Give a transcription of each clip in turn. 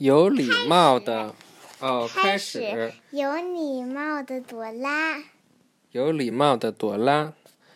有礼貌的开始。 有礼貌的朵拉。 有礼貌的朵拉。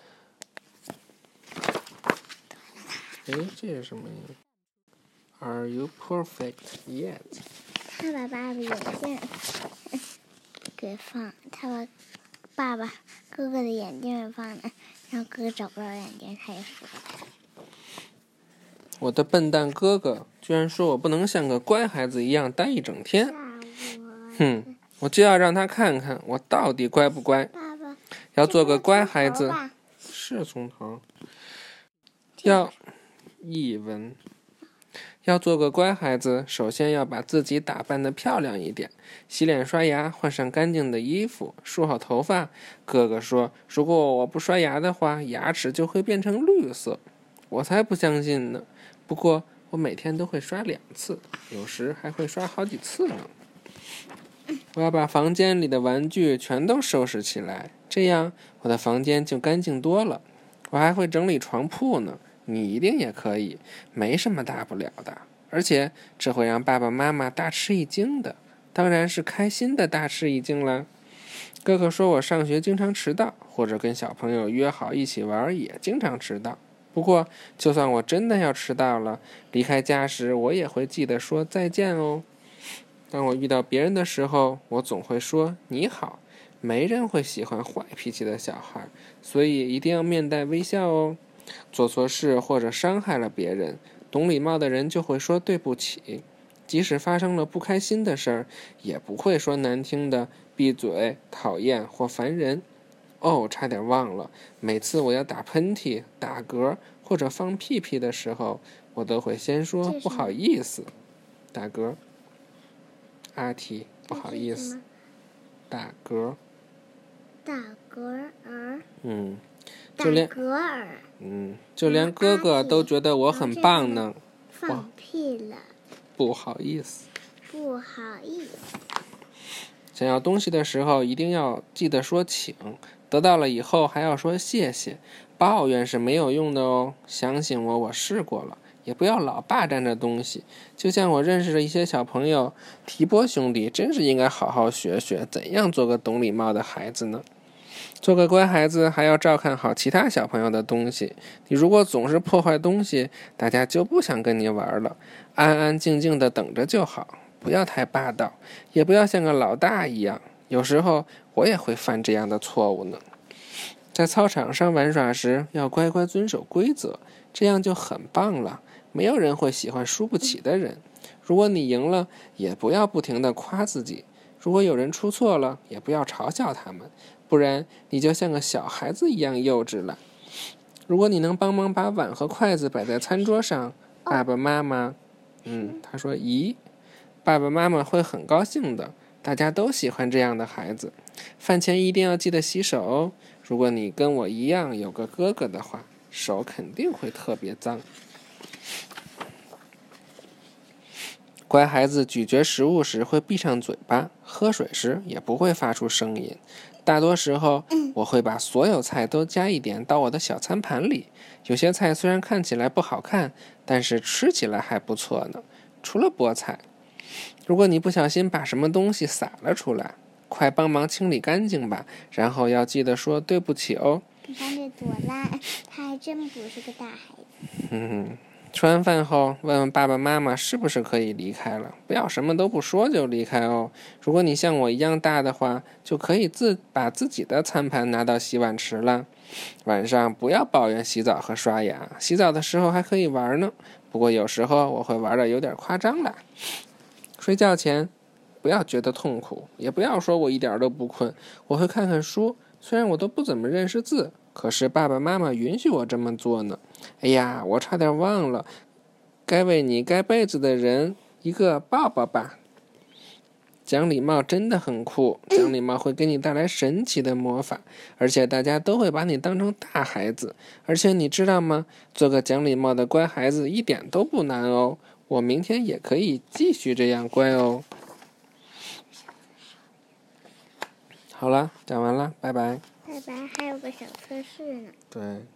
这是什么呀 ？Are you perfect yet？ 他把爸爸眼镜给放，他把爸爸哥哥的眼镜放了，然后哥哥找不着眼镜，他也说了。 我的笨蛋哥哥居然说我不能像个乖孩子一样待一整天。我就要让他看看我到底乖不乖。 爸爸要做个乖孩子。是从头。要做个乖孩子，首先要把自己打扮得漂亮一点，洗脸刷牙，换上干净的衣服，梳好头发。哥哥说，如果我不刷牙的话，牙齿就会变成绿色。我才不相信呢。不过我每天都会刷2次，有时还会刷好几次呢。我要把房间里的玩具全都收拾起来，这样我的房间就干净多了。我还会整理床铺呢，你一定也可以，没什么大不了的。而且这会让爸爸妈妈大吃一惊的，当然是开心的大吃一惊了。哥哥说我上学经常迟到，或者跟小朋友约好一起玩也经常迟到。不过就算我真的要迟到了，离开家时我也会记得说再见哦。当我遇到别人的时候，我总会说你好。没人会喜欢坏脾气的小孩，所以一定要面带微笑哦。做错事或者伤害了别人，懂礼貌的人就会说对不起。即使发生了不开心的事儿，也不会说难听的闭嘴、讨厌或烦人。差点忘了，每次我要打喷嚏、打嗝或者放屁屁的时候，我都会先说不好意思。打嗝。阿提，不好意思。打嗝。 打嗝儿。 就连哥哥都觉得我很棒呢。 放屁了。 不好意思。 不好意思。 想要东西的时候一定要记得说请，得到了以后还要说谢谢。抱怨是没有用的哦，相信我，我试过了。也不要老霸占着东西，就像我认识的一些小朋友，提波兄弟真是应该好好学学怎样做个懂礼貌的孩子呢。做个乖孩子还要照看好其他小朋友的东西，你如果总是破坏东西，大家就不想跟你玩了。安安静静的等着就好，不要太霸道，也不要像个老大一样。有时候我也会犯这样的错误呢。在操场上玩耍时要乖乖遵守规则，这样就很棒了。没有人会喜欢输不起的人。如果你赢了，也不要不停地夸自己。如果有人出错了，也不要嘲笑他们，不然你就像个小孩子一样幼稚了。如果你能帮忙把碗和筷子摆在餐桌上，爸爸妈妈，他说爸爸妈妈会很高兴的。大家都喜欢这样的孩子。饭前一定要记得洗手哦。如果你跟我一样有个哥哥的话，手肯定会特别脏。乖孩子咀嚼食物时会闭上嘴巴，喝水时也不会发出声音。大多时候，我会把所有菜都加一点到我的小餐盘里。有些菜虽然看起来不好看，但是吃起来还不错呢。除了菠菜，如果你不小心把什么东西洒了出来，快帮忙清理干净吧，然后要记得说对不起哦。 你看这朵拉，她还真不是个大孩子。 吃完饭后，问问爸爸妈妈是不是可以离开了，不要什么都不说就离开哦。如果你像我一样大的话，就可以把自己的餐盘拿到洗碗池了。晚上不要抱怨洗澡和刷牙，洗澡的时候还可以玩呢。不过有时候我会玩的有点夸张啦。睡觉前不要觉得痛苦，也不要说我一点都不困，我会看看书，虽然我都不怎么认识字，可是爸爸妈妈允许我这么做呢。哎呀，我差点忘了，该为你盖被子的人一个抱抱吧。讲礼貌真的很酷，讲礼貌会给你带来神奇的魔法，而且大家都会把你当成大孩子。而且你知道吗？做个讲礼貌的乖孩子一点都不难哦。我明天也可以继续这样乖哦。好了，讲完了，拜拜。 拜拜，还有个小测试呢。 对。